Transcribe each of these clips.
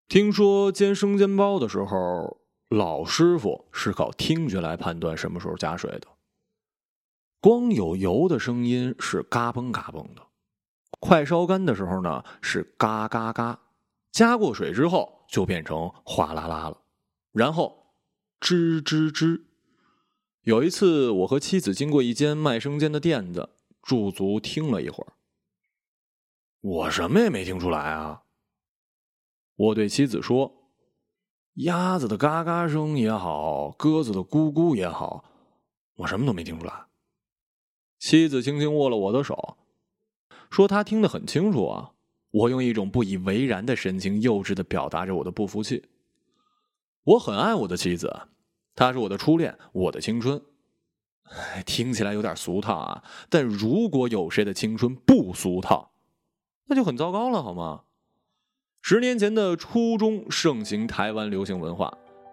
听说煎生煎包的时候，老师傅是靠听觉来判断什么时候加水的。光有油的声音是嘎嘣嘎嘣的，快烧干的时候呢是嘎嘎嘎，加过水之后就变成哗啦啦了，然后吱吱吱。有一次我和妻子经过一间卖生煎的店子，驻足听了一会儿，我什么也没听出来啊。我对妻子说，鸭子的嘎嘎声也好，鸽子的咕咕也好，我什么都没听出来。妻子轻轻握了我的手，说她听得很清楚啊。我用一种不以为然的神情幼稚地表达着我的不服气。我很爱我的妻子，她是我的初恋，我的青春。听起来有点俗套啊，但如果有谁的青春不俗套，那就很糟糕了好吗？10年前的初中盛行台湾流行文化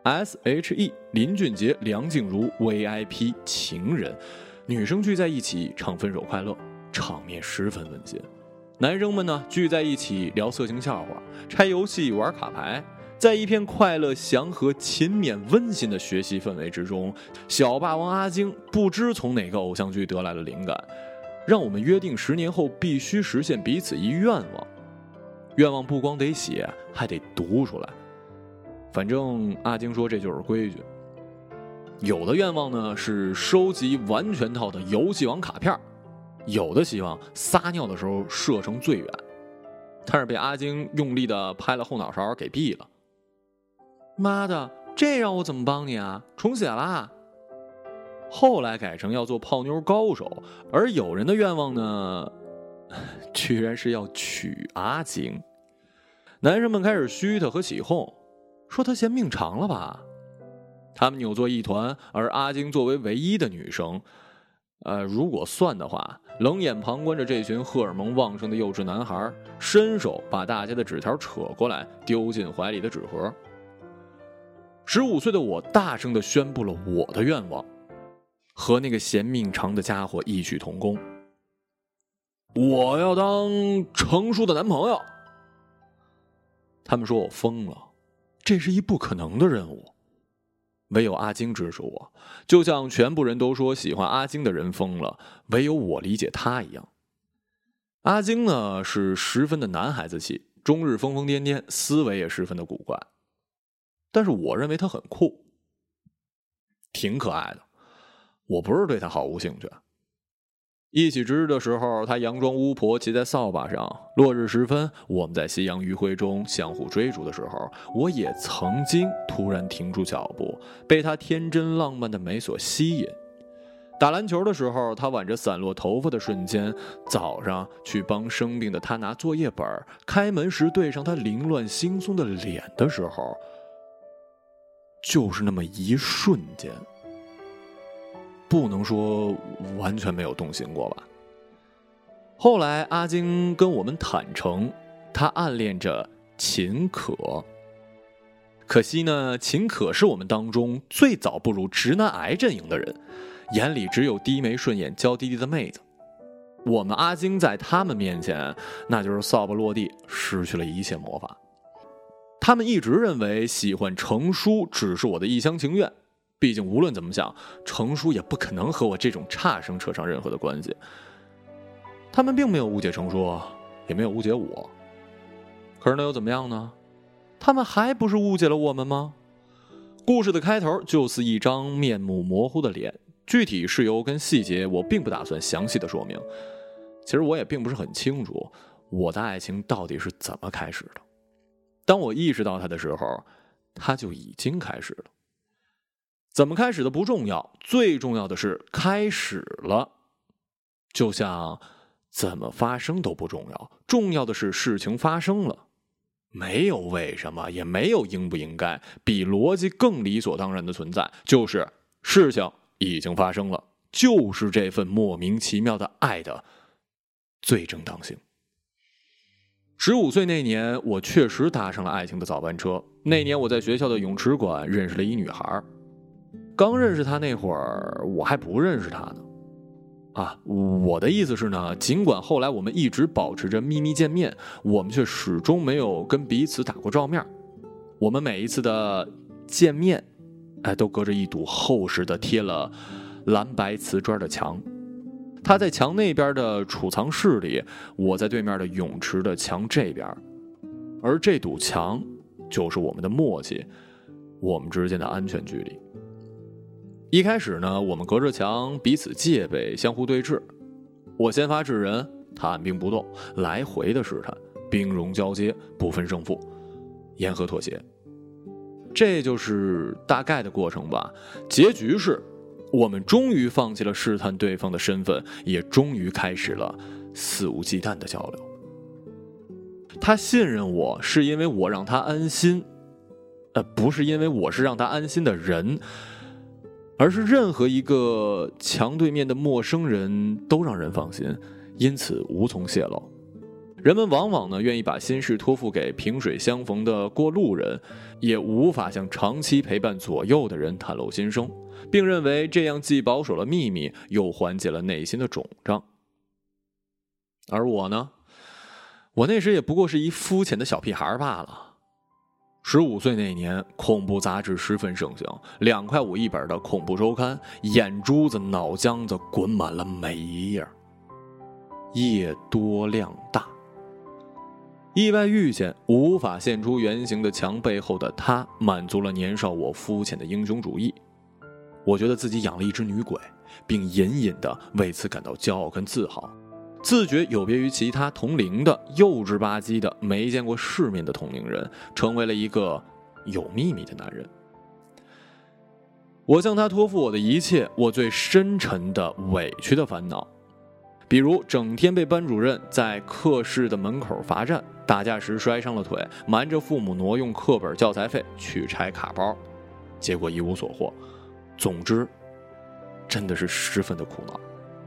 ，SHE 林俊杰、梁静茹 VIP 情人，女生聚在一起唱分手快乐，场面十分温馨。男生们呢聚在一起聊色情笑话，拆游戏玩卡牌，在一片快乐祥和勤勉温馨的学习氛围之中，小霸王阿晶不知从哪个偶像剧得来了灵感，让我们约定10年后必须实现彼此一愿望。愿望不光得写，还得读出来。反正阿晶说这就是规矩。有的愿望呢是收集完全套的游戏王卡片，有的希望撒尿的时候射程最远，但是被阿晶用力的拍了后脑勺给毙了。妈的，这让我怎么帮你啊？重写啦！后来改成要做泡妞高手，而有人的愿望呢居然是要娶阿晶。男生们开始嘘他和起哄，说他嫌命长了吧。他们扭作一团，而阿晶作为唯一的女生，如果算的话，冷眼旁观着这群荷尔蒙旺盛的幼稚男孩，伸手把大家的纸条扯过来，丢进怀里的纸盒。15岁的我大声地宣布了我的愿望，和那个嫌命长的家伙异曲同工。我要当成熟的男朋友。他们说我疯了，这是一不可能的任务。唯有阿晶支持我，就像全部人都说喜欢阿晶的人疯了，唯有我理解他一样。阿晶呢是十分的男孩子气，终日疯疯癫癫，思维也十分的古怪。但是我认为他很酷，挺可爱的。我不是对他毫无兴趣。一起值日的时候，他佯装巫婆骑在扫把上。落日时分，我们在夕阳余晖中相互追逐的时候，我也曾经突然停住脚步，被他天真浪漫的美所吸引。打篮球的时候，他挽着散落头发的瞬间，早上去帮生病的他拿作业本，开门时对上他凌乱惺忪的脸的时候，就是那么一瞬间。不能说完全没有动心过吧。后来阿晶跟我们坦诚，她暗恋着秦可。可惜呢，秦可是我们当中最早步入直男癌阵营的人，眼里只有低眉顺眼娇滴滴的妹子。我们阿晶在他们面前那就是扫把落地，失去了一切魔法。他们一直认为喜欢程书只是我的一厢情愿，毕竟无论怎么想，程书也不可能和我这种差生扯上任何的关系。他们并没有误解程书，也没有误解我。可是那又怎么样呢？他们还不是误解了我们吗？故事的开头就似一张面目模糊的脸，具体事由跟细节我并不打算详细的说明。其实我也并不是很清楚我的爱情到底是怎么开始的。当我意识到它的时候，它就已经开始了。怎么开始的不重要，最重要的是开始了。就像怎么发生都不重要，重要的是事情发生了。没有为什么，也没有应不应该，比逻辑更理所当然的存在，就是事情已经发生了，就是这份莫名其妙的爱的最正当性。15岁那年，我确实搭上了爱情的早班车。那年我在学校的泳池馆认识了一女孩。刚认识她那会儿，我还不认识她呢。我的意思是呢，尽管后来我们一直保持着秘密见面，我们却始终没有跟彼此打过照面。 我们每一次的见面，都隔着一堵厚实的贴了蓝白瓷砖的墙。他在墙那边的储藏室里，我在对面的泳池的墙这边，而这堵墙就是我们的默契，我们之间的安全距离。一开始呢，我们隔着墙彼此戒备，相互对峙。我先发制人，他按兵不动，来回的试探，兵戎交接，不分胜负，言和妥协。这就是大概的过程吧。结局是我们终于放弃了试探对方的身份，也终于开始了肆无忌惮的交流。他信任我是因为我让他安心，不是因为我是让他安心的人，而是任何一个墙对面的陌生人都让人放心，因此无从泄露。人们往往呢愿意把心事托付给萍水相逢的过路人，也无法向长期陪伴左右的人袒露心声，并认为这样既保守了秘密，又缓解了内心的肿胀。而我呢，我那时也不过是一肤浅的小屁孩罢了。15岁那年，恐怖杂志十分盛行，2块5一本的恐怖周刊，眼珠子脑浆子滚满了每一页，页多量大。意外遇见无法现出原形的墙背后的他，满足了年少我肤浅的英雄主义。我觉得自己养了一只女鬼，并隐隐地为此感到骄傲跟自豪，自觉有别于其他同龄的幼稚吧唧的没见过世面的同龄人，成为了一个有秘密的男人。我向他托付我的一切，我最深沉的委屈的烦恼，比如整天被班主任在课室的门口罚站，打架时摔伤了腿，瞒着父母挪用课本教材费去拆卡包，结果一无所获。总之真的是十分的苦恼。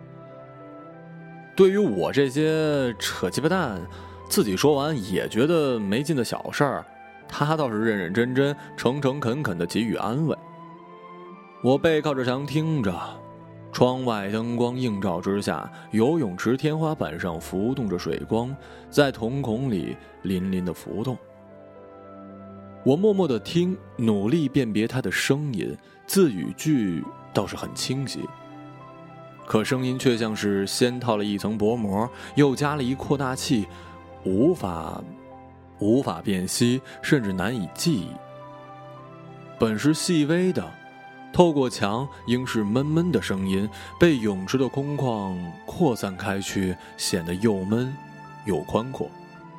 对于我这些扯鸡巴蛋自己说完也觉得没劲的小事儿，他倒是认认真真诚诚恳恳地给予安慰。我背靠着墙听着，窗外灯光映照之下，游泳池天花板上浮动着水光，在瞳孔里粼粼地浮动。我默默地听，努力辨别他的声音，字语句倒是很清晰，可声音却像是先套了一层薄膜，又加了一扩大器，无法辨析，甚至难以记忆。本是细微的，透过墙应是闷闷的声音，被泳池的空旷扩散开去，显得又闷又宽阔。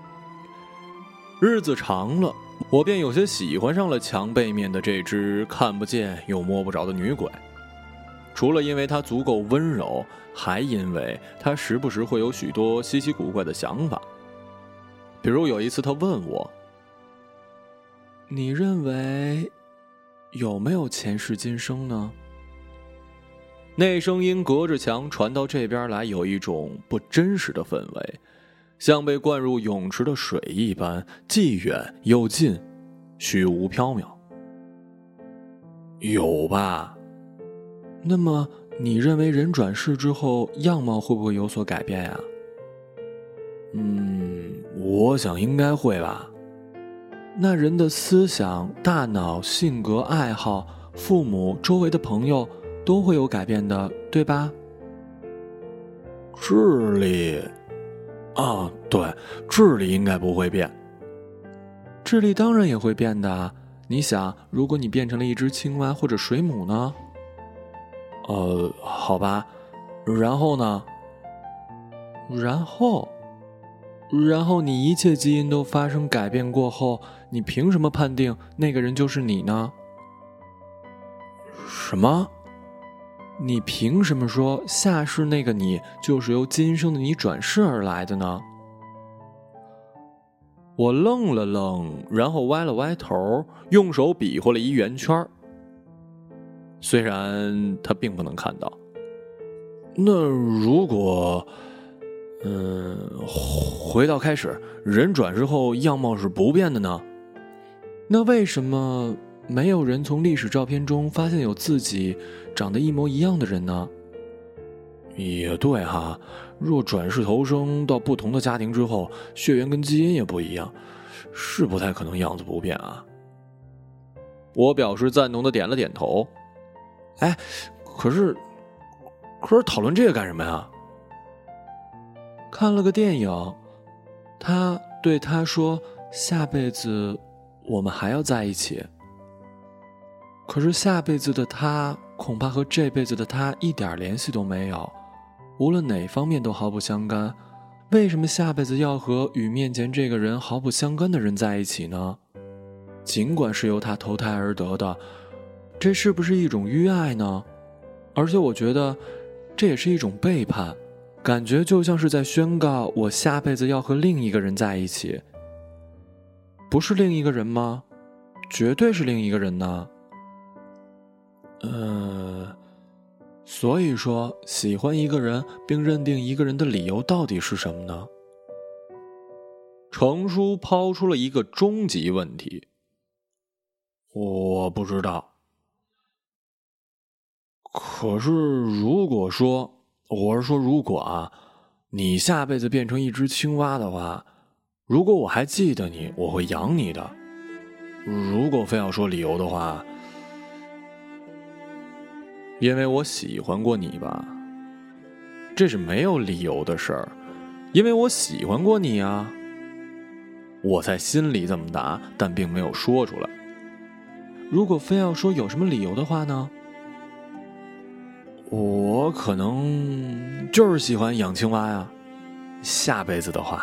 日子长了，我便有些喜欢上了墙背面的这只看不见又摸不着的女鬼，除了因为她足够温柔，还因为她时不时会有许多稀奇古怪的想法。比如有一次她问我，你认为有没有前世今生呢？那声音隔着墙传到这边来，有一种不真实的氛围，像被灌入泳池的水一般，既远又近，虚无缥缈。有吧？那么你认为人转世之后样貌会不会有所改变呀？我想应该会吧。那人的思想、大脑、性格、爱好、父母、周围的朋友都会有改变的，对吧？智力对，智力应该不会变。智力当然也会变的。你想，如果你变成了一只青蛙或者水母呢？好吧，然后呢？然后你一切基因都发生改变过后，你凭什么判定那个人就是你呢？什么？你凭什么说下世那个你就是由今生的你转世而来的呢？我愣了愣，然后歪了歪头，用手比划了一圆圈。虽然他并不能看到。那如果回到开始，人转世后样貌是不变的呢？那为什么没有人从历史照片中发现有自己长得一模一样的人呢？也对哈，若转世投生到不同的家庭之后，血缘跟基因也不一样，是不太可能样子不变啊。 我表示赞同的点了点头。哎，可是讨论这个干什么呀？看了个电影，他对他说下辈子我们还要在一起。可是下辈子的他恐怕和这辈子的他一点联系都没有，无论哪方面都毫不相干。为什么下辈子要和与面前这个人毫不相干的人在一起呢？尽管是由他投胎而得的，这是不是一种淤爱呢？而且我觉得这也是一种背叛，感觉就像是在宣告我下辈子要和另一个人在一起。不是另一个人吗？绝对是另一个人呢。所以说喜欢一个人并认定一个人的理由到底是什么呢？程叔抛出了一个终极问题。我不知道。可是如果说你下辈子变成一只青蛙的话，如果我还记得你，我会养你的。如果非要说理由的话，因为我喜欢过你吧，这是没有理由的事儿，因为我喜欢过你啊。我在心里这么答，但并没有说出来。如果非要说有什么理由的话呢？我可能就是喜欢养青蛙呀，下辈子的话。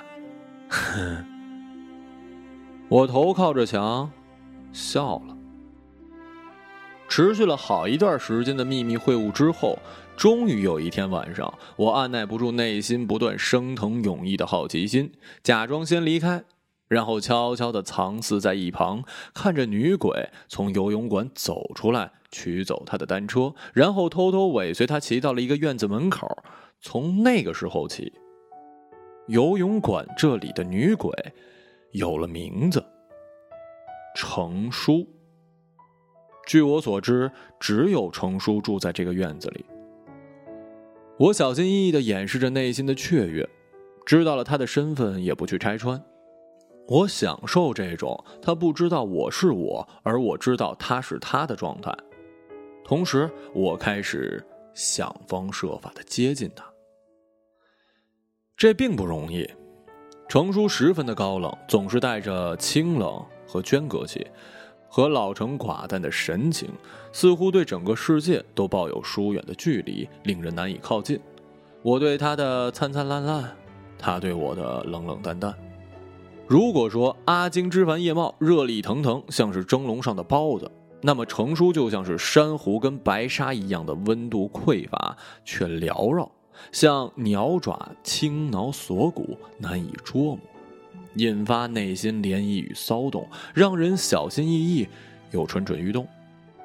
我头靠着墙笑了。持续了好一段时间的秘密会晤之后，终于有一天晚上，我按耐不住内心不断升腾涌溢的好奇心，假装先离开，然后悄悄地藏私在一旁，看着女鬼从游泳馆走出来，取走她的单车，然后偷偷尾随她骑到了一个院子门口。从那个时候起，游泳馆这里的女鬼有了名字，程叔。据我所知，只有程叔住在这个院子里。我小心翼翼地掩饰着内心的雀跃，知道了他的身份也不去拆穿。我享受这种他不知道我是我，而我知道他是他的状态。同时，我开始想方设法地接近他。这并不容易。程叔十分的高冷，总是带着清冷和娟格气，和老成寡淡的神情，似乎对整个世界都抱有疏远的距离，令人难以靠近。我对他的灿灿烂烂，他对我的冷冷淡淡。如果说阿金枝繁叶茂，热力腾腾，像是蒸笼上的包子，那么程叔就像是珊瑚跟白沙一样的温度匮乏却缭绕，像鸟爪轻挠锁骨，难以捉摸，引发内心涟漪与骚动，让人小心翼翼又蠢蠢欲动。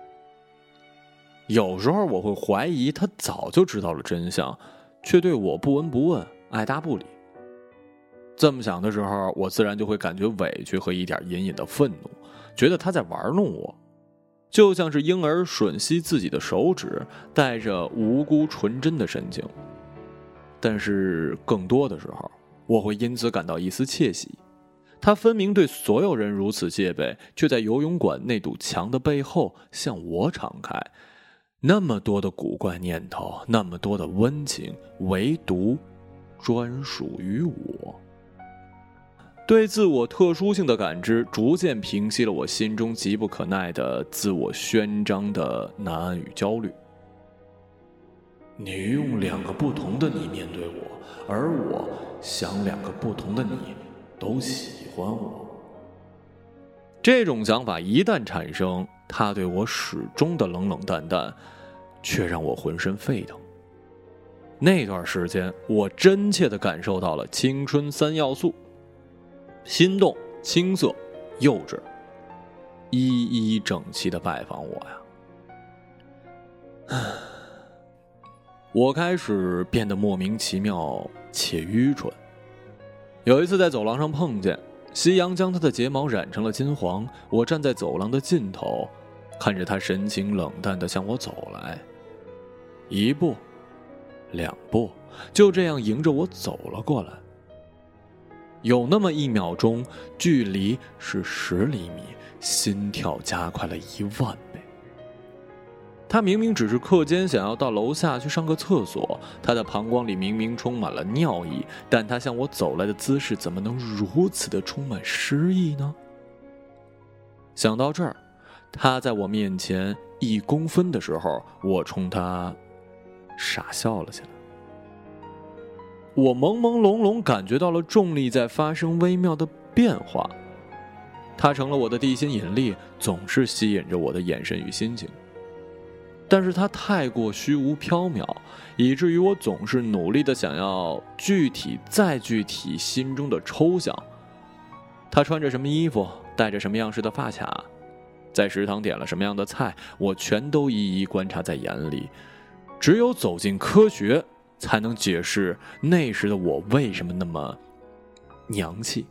有时候我会怀疑他早就知道了真相，却对我不闻不问，爱答不理。这么想的时候，我自然就会感觉委屈和一点隐隐的愤怒，觉得他在玩弄我，就像是婴儿吮吸自己的手指，带着无辜纯真的神情。但是更多的时候，我会因此感到一丝窃喜。他分明对所有人如此戒备，却在游泳馆那堵墙的背后向我敞开。那么多的古怪念头，那么多的温情，唯独专属于我。对自我特殊性的感知逐渐平息了我心中急不可耐的自我宣张的难安与焦虑。你用两个不同的你面对我，而我想两个不同的你都喜欢我。这种想法一旦产生，他对我始终的冷冷淡淡，却让我浑身沸腾。那段时间，我真切地感受到了青春三要素：心动、青涩、幼稚，一一整齐地拜访我呀。我开始变得莫名其妙且愚蠢。有一次在走廊上碰见，夕阳将他的睫毛染成了金黄。我站在走廊的尽头，看着他神情冷淡地向我走来，一步两步，就这样迎着我走了过来。有那么1秒钟，距离是10厘米， 心跳加快了10000倍。他明明只是课间想要到楼下去上个厕所，他的膀胱里明明充满了尿意，但他向我走来的姿势怎么能如此的充满诗意呢？想到这儿，他在我面前1公分的时候，我冲他傻笑了起来。我朦朦胧胧感觉到了重力在发生微妙的变化，它成了我的地心引力，总是吸引着我的眼神与心情。但是它太过虚无缥缈，以至于我总是努力的想要具体再具体心中的抽象。他穿着什么衣服，戴着什么样式的发卡，在食堂点了什么样的菜，我全都一一观察在眼里。只有走进科学，才能解释那时的我为什么那么娘气。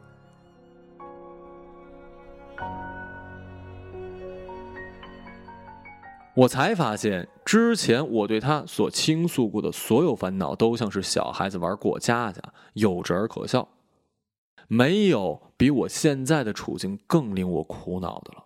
我才发现，之前我对他所倾诉过的所有烦恼，都像是小孩子玩过家家，幼稚而可笑。没有比我现在的处境更令我苦恼的了。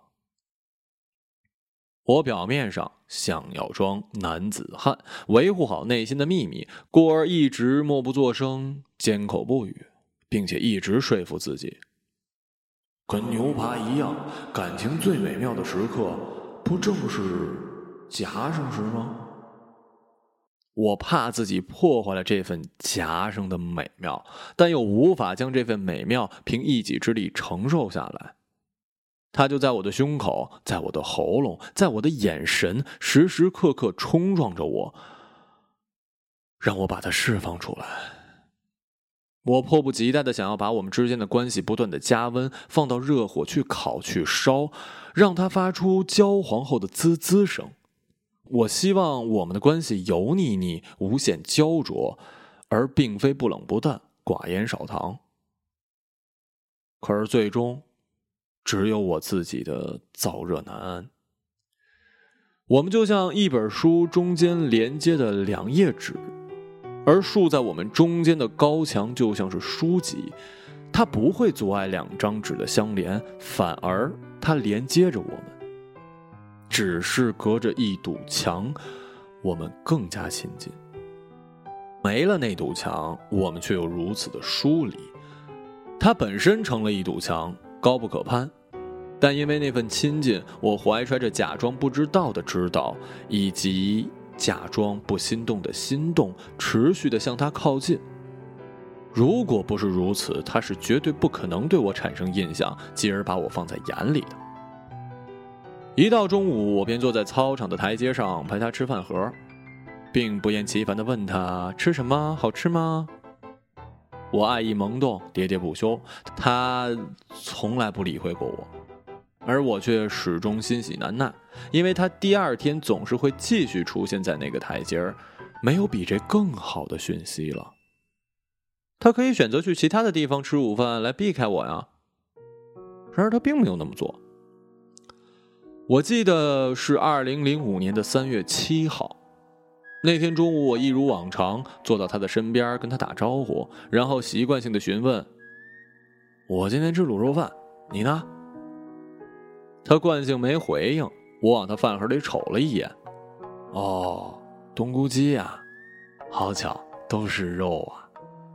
我表面上想要装男子汉，维护好内心的秘密，故而一直默不作声，缄口不语，并且一直说服自己，跟牛扒一样，感情最美妙的时刻，不正是夹生时吗？我怕自己破坏了这份夹生的美妙，但又无法将这份美妙凭一己之力承受下来。它就在我的胸口，在我的喉咙，在我的眼神，时时刻刻冲撞着我，让我把它释放出来。我迫不及待地想要把我们之间的关系不断地加温，放到热火去烤去烧，让它发出焦黄后的滋滋声。我希望我们的关系油腻腻，无限焦灼，而并非不冷不淡，寡盐少糖。可是最终只有我自己的燥热难安。我们就像一本书中间连接的2页纸，而竖在我们中间的高墙就像是书籍，它不会阻碍2张纸的相连，反而它连接着我们。只是隔着一堵墙，我们更加亲近。没了那堵墙，我们却又如此的疏离。它本身成了一堵墙，高不可攀，但因为那份亲近，我怀揣着假装不知道的知道，以及假装不心动的心动，持续地向它靠近。如果不是如此，它是绝对不可能对我产生印象，继而把我放在眼里的。一到中午，我便坐在操场的台阶上陪他吃饭盒，并不厌其烦地问他吃什么，好吃吗？我爱意萌动，喋喋不休，他从来不理会过我，而我却始终欣喜难耐，因为他第2天总是会继续出现在那个台阶儿，没有比这更好的讯息了。他可以选择去其他的地方吃午饭来避开我呀，然而他并没有那么做。我记得是2005年的3月7号，那天中午我一如往常坐到他的身边跟他打招呼，然后习惯性的询问，我今天吃卤肉饭，你呢？他惯性没回应，我往他饭盒里瞅了一眼，哦，冬菇鸡呀，好巧，都是肉啊。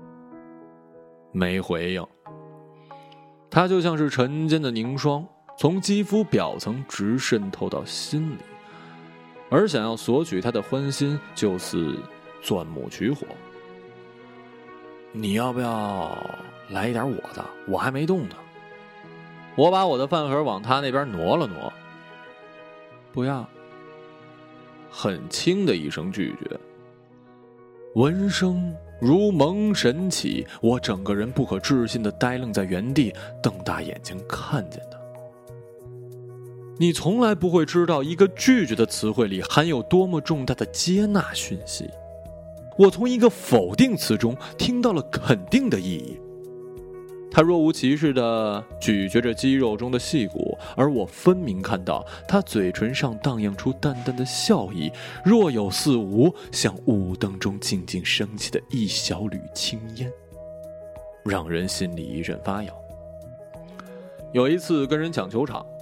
没回应。他就像是晨间的凝霜，从肌肤表层直渗透到心里，而想要索取他的欢心，就似钻木取火。你要不要来一点我的？我还没动呢。我把我的饭盒往他那边挪了挪。不要。很轻的一声拒绝。闻声如蒙神起，我整个人不可置信地呆愣在原地，瞪大眼睛看见他。你从来不会知道一个拒绝的词汇里含有多么重大的接纳讯息。我从一个否定词中听到了肯定的意义。他若无其事地咀嚼着鸡肉中的细骨，而我分明看到他嘴唇上荡漾出淡淡的笑意，若有似无，像雾灯中静静升起的一小缕青烟，让人心里一阵发痒。有一次跟人抢球场，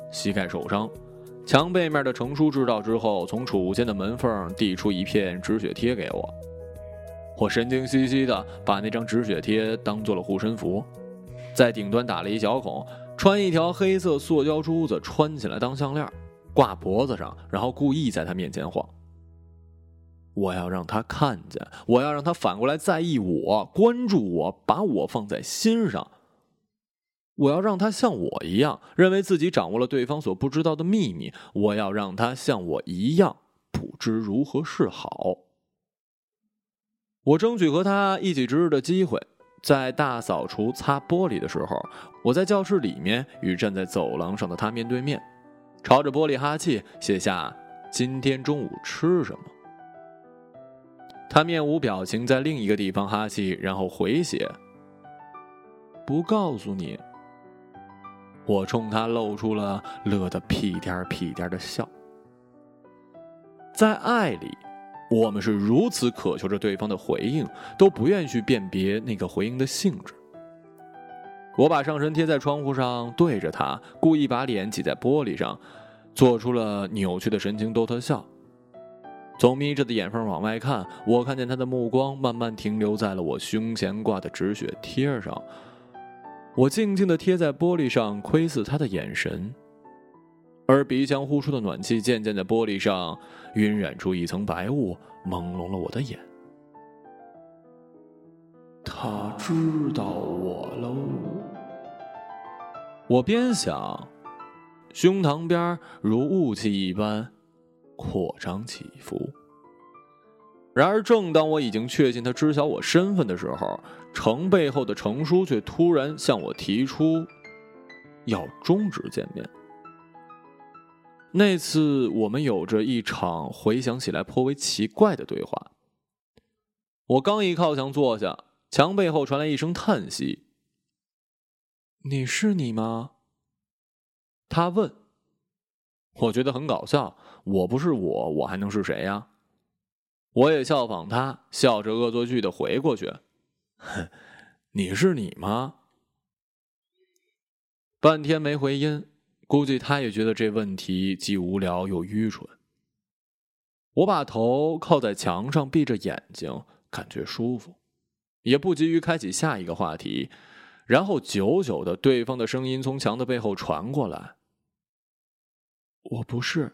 膝盖受伤。墙背面的程叔知道之后，从储物间的门缝递出一片止血贴给我。我神经兮兮的把那张止血贴当做了护身符，在顶端打了一小孔，穿一条黑色塑胶珠子穿起来当项链，挂脖子上，然后故意在他面前晃。我要让他看见，我要让他反过来在意我，关注我，把我放在心上。我要让他像我一样，认为自己掌握了对方所不知道的秘密。我要让他像我一样，不知如何是好。我争取和他一起值日的机会，在大扫除擦玻璃的时候，我在教室里面与站在走廊上的他面对面，朝着玻璃哈气，写下今天中午吃什么。他面无表情在另一个地方哈气，然后回写不告诉你。我冲他露出了乐得屁颠屁颠的笑。在爱里，我们是如此渴求着对方的回应，都不愿去辨别那个回应的性质。我把上身贴在窗户上，对着他，故意把脸挤在玻璃上，做出了扭曲的神情逗他笑。从眯着的眼缝往外看，我看见他的目光慢慢停留在了我胸前挂的止血贴上。我静静地贴在玻璃上，窥视他的眼神，而鼻腔呼出的暖气渐渐在玻璃上晕染出一层白雾，朦胧了我的眼。他知道我喽。我边想，胸膛边如雾气一般扩张起伏。然而正当我已经确信他知晓我身份的时候，程背后的程叔却突然向我提出要终止见面。那次我们有着一场回想起来颇为奇怪的对话。我刚一靠墙坐下，墙背后传来一声叹息。你是你吗？他问。我觉得很搞笑，我不是我还能是谁呀？我也效仿他，笑着恶作剧的回过去。你是你吗？半天没回音，估计他也觉得这问题既无聊又愚蠢。我把头靠在墙上，闭着眼睛，感觉舒服，也不急于开启下一个话题。然后久久的，对方的声音从墙的背后传过来。我不是。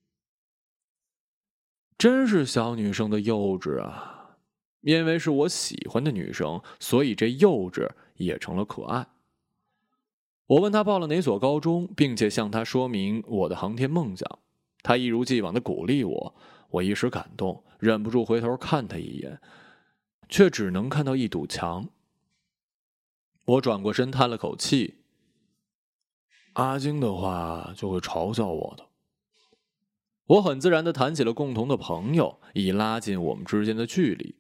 真是小女生的幼稚啊！因为是我喜欢的女生，所以这幼稚也成了可爱。我问她报了哪所高中，并且向她说明我的航天梦想。她一如既往的鼓励我，我一时感动，忍不住回头看她一眼，却只能看到一堵墙。我转过身叹了口气。阿晶的话就会嘲笑我的。我很自然地谈起了共同的朋友，以拉近我们之间的距离。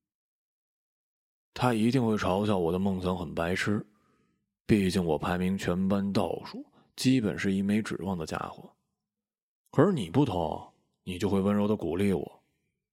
他一定会嘲笑我的梦想很白痴，毕竟我排名全班倒数，基本是一没指望的家伙。可是你不同，你就会温柔地鼓励我。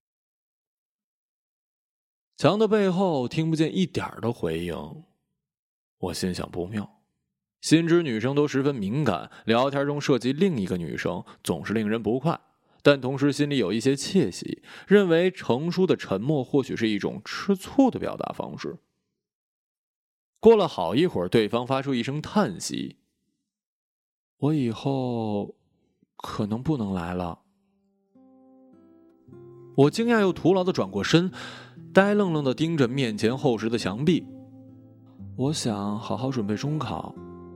墙的背后听不见一点的回应，我心想不妙。心知女生都十分敏感，聊天中涉及另一个女生总是令人不快，但同时心里有一些窃喜，认为程叔的沉默或许是一种吃醋的表达方式。过了好一会儿，对方发出一声叹息。我以后可能不能来了。我惊讶又徒劳地转过身，呆愣愣地盯着面前厚实的墙壁。我想好好准备中考。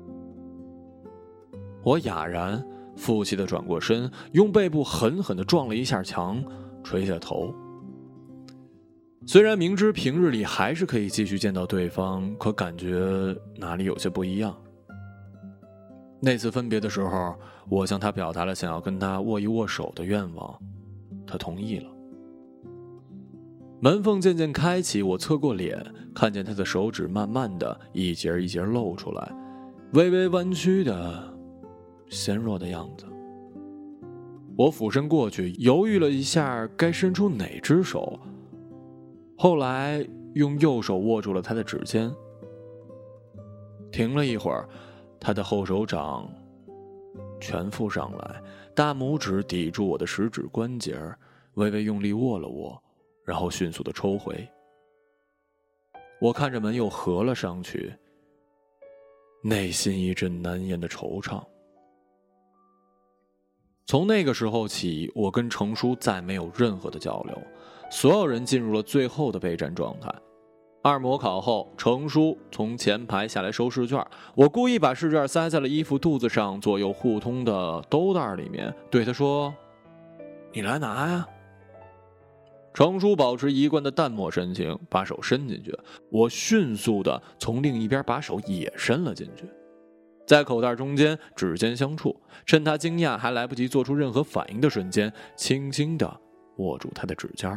我哑然负气地转过身，用背部狠狠地撞了一下墙，垂下头。虽然明知平日里还是可以继续见到对方，可感觉哪里有些不一样。那次分别的时候，我向他表达了想要跟他握一握手的愿望，他同意了。门缝渐渐开启，我侧过脸，看见他的手指慢慢的一节一节露出来，微微弯曲的纤弱的样子。我俯身过去，犹豫了一下该伸出哪只手，后来用右手握住了他的指尖。停了一会儿，他的后手掌全附上来，大拇指抵住我的食指关节，微微用力握了握，然后迅速地抽回。我看着门又合了上去，内心一阵难言的惆怅。从那个时候起，我跟程叔再没有任何的交流，所有人进入了最后的备战状态。二模考后，程叔从前排下来收试卷，我故意把试卷塞在了衣服肚子上左右互通的兜袋里面，对他说：“你来拿呀。”程叔保持一贯的淡漠神情，把手伸进去，我迅速的从另一边把手也伸了进去，在口袋中间指尖相触，趁他惊讶还来不及做出任何反应的瞬间，轻轻地握住他的指尖。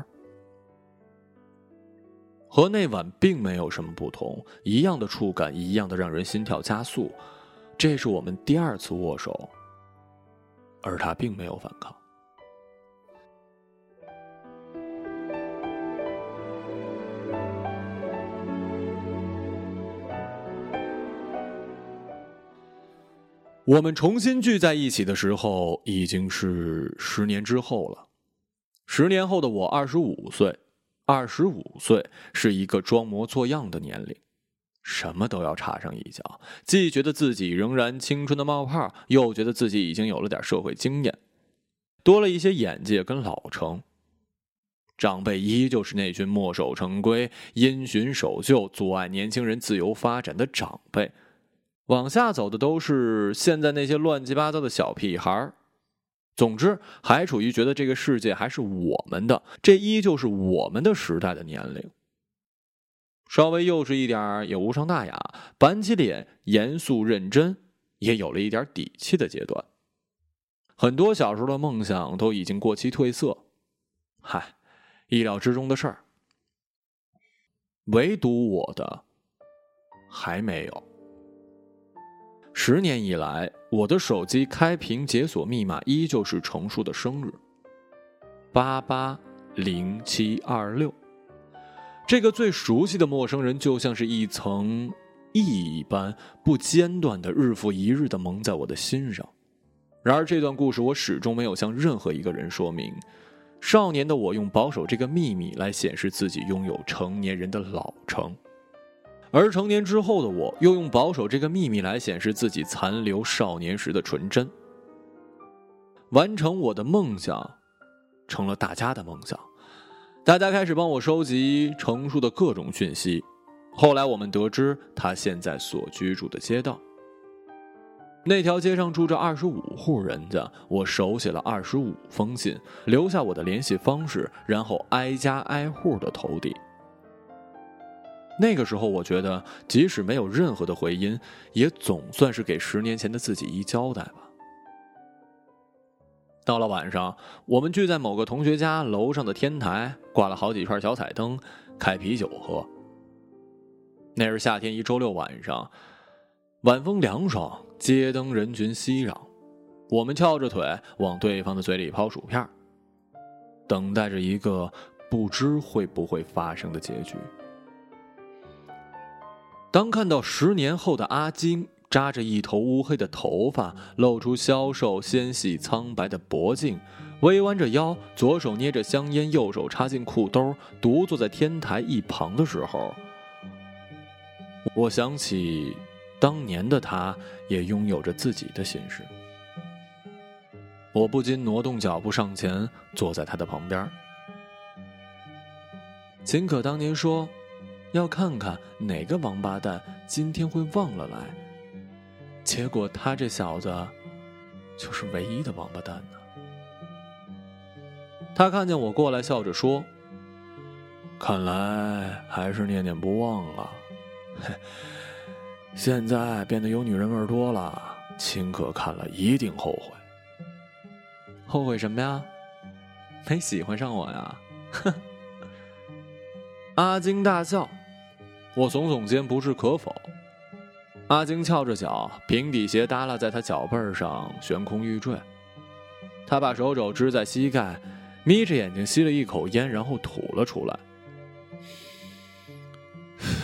和那晚并没有什么不同，一样的触感，一样的让人心跳加速。这是我们第二次握手，而他并没有反抗。我们重新聚在一起的时候，已经是10年之后了。10年后的我25岁，25岁是一个装模作样的年龄，什么都要插上一脚，既觉得自己仍然青春的冒泡，又觉得自己已经有了点社会经验，多了一些眼界跟老成。长辈依旧是那群墨守成规、因循守旧、阻碍年轻人自由发展的长辈。往下走的都是现在那些乱七八糟的小屁孩。总之，还处于觉得这个世界还是我们的，这依旧是我们的时代的年龄。稍微幼稚一点也无伤大雅，板起脸严肃认真，也有了一点底气的阶段。很多小时候的梦想都已经过期褪色，嗨，意料之中的事儿。唯独我的还没有。10年以来，我的手机开屏解锁密码依旧是程叔的生日880726。这个最熟悉的陌生人就像是一层翳一般，不间断的日复一日的蒙在我的心上。然而这段故事我始终没有向任何一个人说明。少年的我用保守这个秘密来显示自己拥有成年人的老成，而成年之后的我又用保守这个秘密来显示自己残留少年时的纯真。完成我的梦想成了大家的梦想，大家开始帮我收集程叔的各种讯息。后来我们得知他现在所居住的街道，那条街上住着25户人家，我手写了25封信，留下我的联系方式，然后挨家挨户的投递。那个时候我觉得即使没有任何的回音，也总算是给10年前的自己一交代吧。到了晚上，我们聚在某个同学家楼上的天台，挂了好几串小彩灯，开啤酒喝。那是夏天一周六晚上，晚风凉爽，街灯人群熙攘，我们翘着腿往对方的嘴里抛薯片，等待着一个不知会不会发生的结局。当看到10年后的阿金扎着一头乌黑的头发，露出消瘦纤细苍白的脖颈，微弯着腰，左手捏着香烟，右手插进裤兜，独坐在天台一旁的时候，我想起当年的他也拥有着自己的心事。我不禁挪动脚步上前，坐在他的旁边。秦可当年说要看看哪个王八蛋今天会忘了来，结果他这小子就是唯一的王八蛋呢。他看见我过来，笑着说：“看来还是念念不忘啊。现在变得有女人味多了，秦可看了一定后悔。”后悔什么呀？没喜欢上我呀？哼！阿金大笑，我耸耸肩，不置可否。阿金翘着脚，平底鞋耷拉在他脚背上，悬空欲坠。他把手肘支在膝盖，眯着眼睛吸了一口烟，然后吐了出来。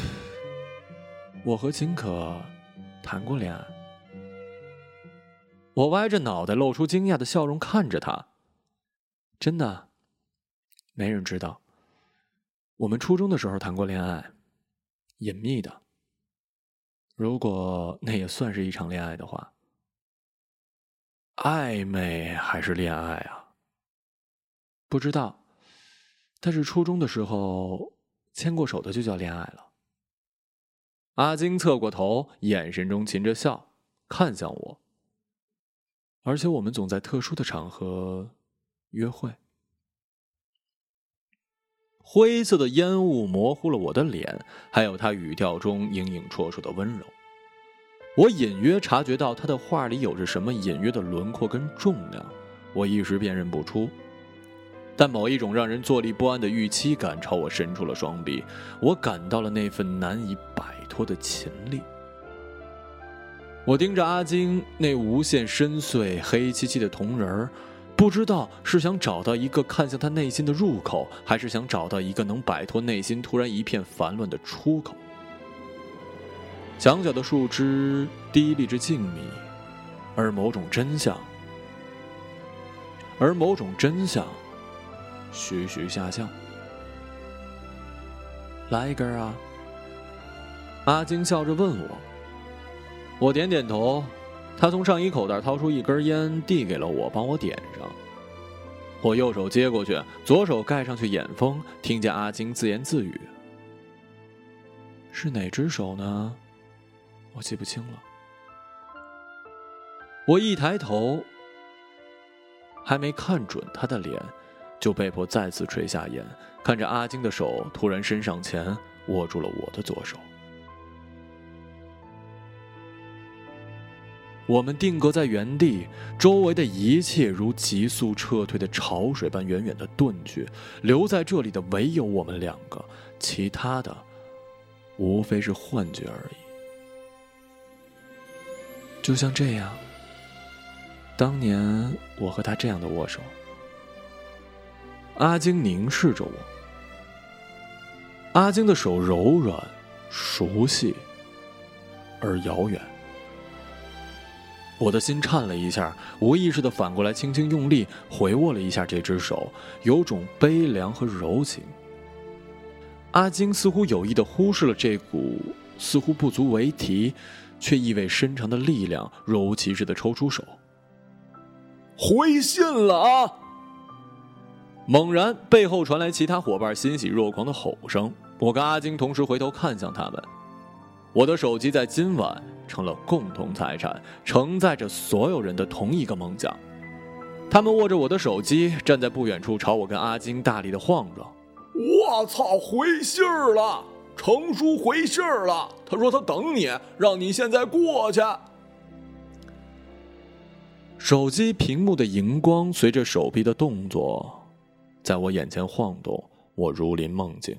我和秦可谈过恋爱。 我歪着脑袋露出惊讶的笑容看着他。真的，没人知道。我们初中的时候谈过恋爱，隐秘的。如果那也算是一场恋爱的话。暧昧还是恋爱啊？不知道，但是初中的时候牵过手的就叫恋爱了。阿金侧过头，眼神中噙着笑，看向我。而且我们总在特殊的场合约会。灰色的烟雾模糊了我的脸，还有他语调中隐隐绰绰的温柔。我隐约察觉到他的话里有着什么隐约的轮廓跟重量，我一时辨认不出。但某一种让人坐立不安的预期感朝我伸出了双臂，我感到了那份难以摆脱的秦力。我盯着阿金那无限深邃黑漆漆的瞳仁，不知道是想找到一个看向他内心的入口，还是想找到一个能摆脱内心突然一片烦乱的出口。墙角的树枝低立着静谧，而某种真相徐徐下降。来一根啊？阿金笑着问我。我点点头，他从上衣口袋掏出一根烟递给了我，帮我点上。我右手接过去，左手盖上去眼风，听见阿金自言自语。是哪只手呢？我记不清了。我一抬头，还没看准他的脸，就被迫再次垂下眼，看着阿金的手突然伸上前，握住了我的左手。我们定格在原地，周围的一切如急速撤退的潮水般远远地遁去，留在这里的唯有我们两个，其他的无非是幻觉而已。就像这样，当年我和他这样的握手。阿金凝视着我，阿金的手柔软、熟悉而遥远。我的心颤了一下，无意识地反过来轻轻用力回握了一下这只手，有种悲凉和柔情。阿金似乎有意地忽视了这股似乎不足为提却意味深长的力量，若无其事地抽出手。回信了啊！猛然背后传来其他伙伴欣喜若狂的吼声，我跟阿金同时回头看向他们。我的手机在今晚成了共同财产，承载着所有人的同一个梦想。他们握着我的手机，站在不远处朝我跟阿金大力的晃着。我操，回信了！程叔回信了，他说他等你，让你现在过去。手机屏幕的荧光随着手臂的动作在我眼前晃动，我如临梦境。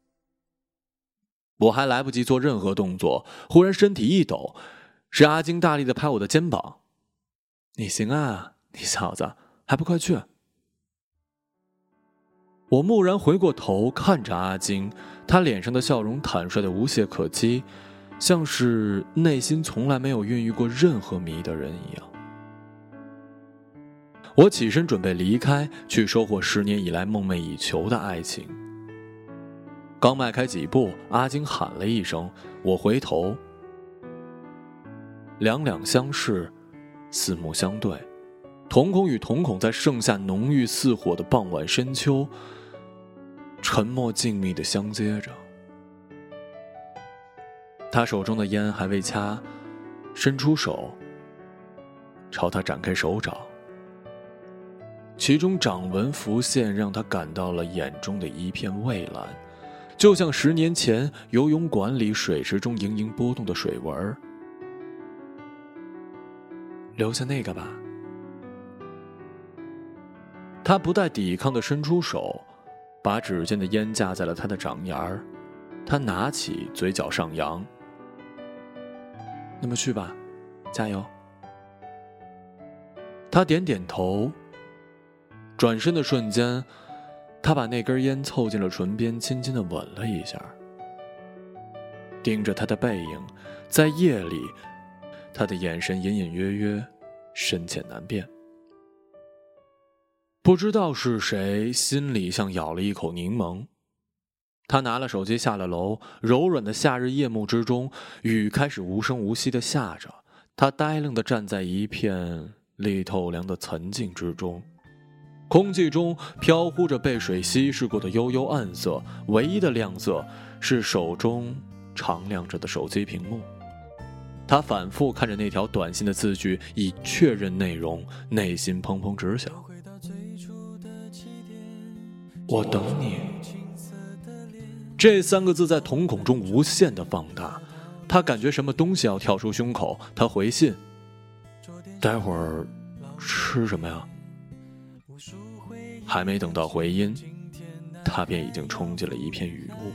我还来不及做任何动作，忽然身体一抖，是阿金大力地拍我的肩膀。你行啊，你小子，还不快去！我蓦然回过头看着阿金，他脸上的笑容坦率的无懈可击，像是内心从来没有孕育过任何谜的人一样。我起身准备离开，去收获10年以来梦寐以求的爱情。刚迈开几步，阿金喊了一声，我回头，两两相视，四目相对，瞳孔与瞳孔在盛夏浓郁似火的傍晚深秋，沉默静谧地相接着。他手中的烟还未掐，伸出手朝他展开手掌，其中掌纹浮现，让他感到了眼中的一片蔚蓝，就像10年前游泳馆里水池中盈盈波动的水纹。留下那个吧。他不带抵抗地伸出手，把指尖的烟架在了他的掌沿儿，他拿起，嘴角上扬。那么去吧，加油。他点点头，转身的瞬间，他把那根烟凑近了唇边，轻轻地吻了一下。盯着他的背影，在夜里，他的眼神隐隐约约， 深浅难辨。不知道是谁心里像咬了一口柠檬，他拿了手机下了楼。柔软的夏日夜幕之中，雨开始无声无息地下着，他呆愣地站在一片力透凉的岑静之中，空气中飘忽着被水稀释过的幽幽暗色，唯一的亮色是手中常亮着的手机屏幕。他反复看着那条短信的字句，以确认内容，内心砰砰直响。我等你，这3个字在瞳孔中无限的放大。他感觉什么东西要跳出胸口。他回信：待会儿吃什么呀？还没等到回音，他便已经冲进了一片雨雾。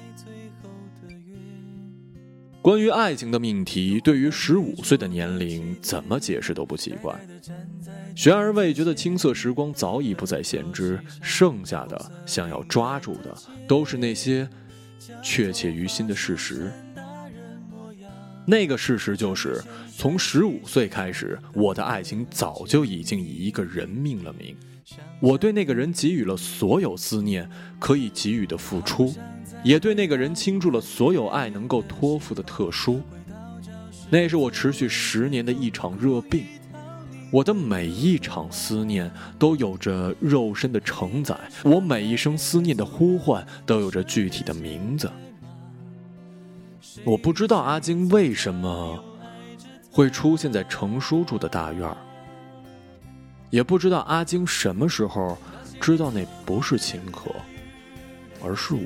关于爱情的命题，对于15岁的年龄怎么解释都不奇怪。悬而未决的青涩时光早已不再闲之，剩下的想要抓住的都是那些确切于心的事实。那个事实就是，从15岁开始，我的爱情早就已经以一个人命了名。我对那个人给予了所有思念可以给予的付出，也对那个人倾注了所有爱能够托付的特殊。那是我持续10年的一场热病。我的每一场思念都有着肉身的承载，我每一声思念的呼唤都有着具体的名字。我不知道阿金为什么会出现在程叔住的大院，也不知道阿金什么时候知道那不是秦可，而是我。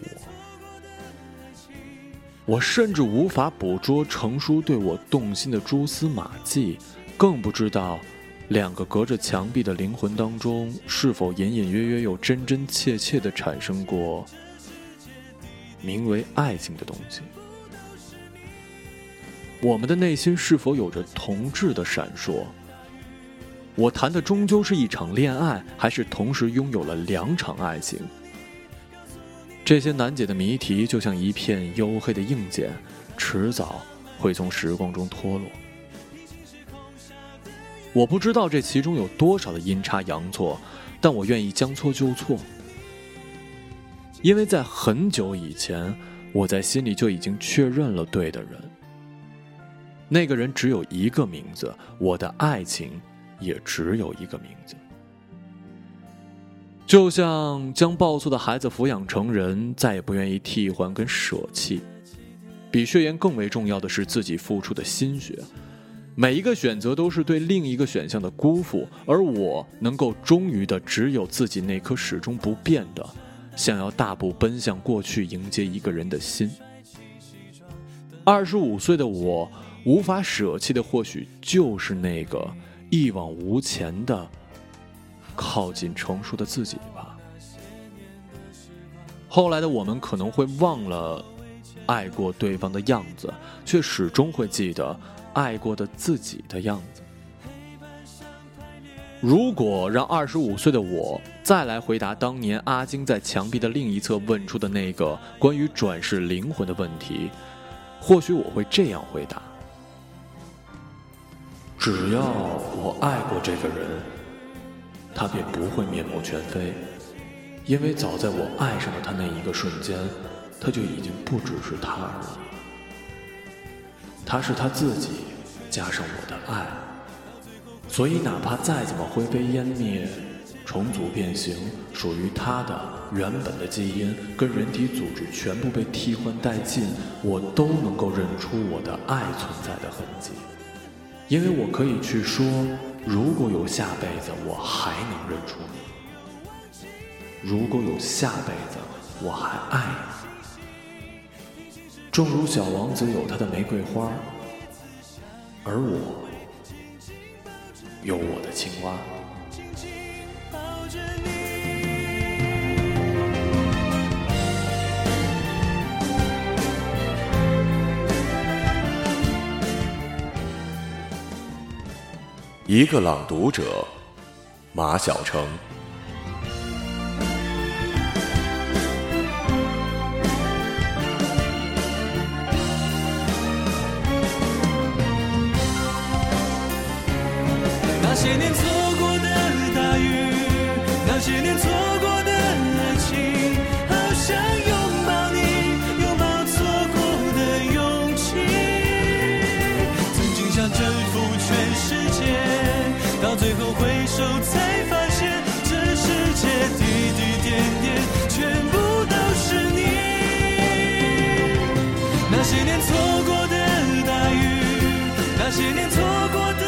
我甚至无法捕捉程叔对我动心的蛛丝马迹，更不知道2个隔着墙壁的灵魂当中，是否隐隐约约又真真切切地产生过名为爱情的东西。我们的内心是否有着同质的闪烁？我谈的终究是一场恋爱，还是同时拥有了2场爱情？这些难解的谜题就像一片黝黑的硬茧，迟早会从时光中脱落。我不知道这其中有多少的阴差阳错，但我愿意将错就错。因为在很久以前，我在心里就已经确认了对的人。那个人只有一个名字，我的爱情也只有一个名字。就像将抱错的孩子抚养成人，再也不愿意替换跟舍弃。比血缘更为重要的是自己付出的心血。每一个选择都是对另一个选项的辜负，而我能够忠于的只有自己那颗始终不变的想要大步奔向过去迎接一个人的心。25岁的我无法舍弃的或许就是那个一往无前的靠近成熟的自己吧。后来的我们可能会忘了爱过对方的样子，却始终会记得爱过的自己的样子。如果让25岁的我再来回答当年阿金在墙壁的另一侧问出的那个关于转世灵魂的问题，或许我会这样回答：只要我爱过这个人，他便不会面目全非，因为早在我爱上了他那一个瞬间，他就已经不只是他而已。他是他自己加上我的爱，所以哪怕再怎么灰飞烟灭，重组变形，属于他的原本的基因跟人体组织全部被替换殆尽，我都能够认出我的爱存在的痕迹。因为我可以去说，如果有下辈子，我还能认出你；如果有下辈子，我还爱你。正如小王子有他的玫瑰花，而我有我的青蛙。 一个朗读者，马晓成。 那些年错过的大雨，那些年错过的爱情，好想拥抱你，拥抱错过的勇气。曾经想征服全世界，到最后回首才发现，这世界滴滴点点全部都是你。那些年错过的大雨，那些年错过的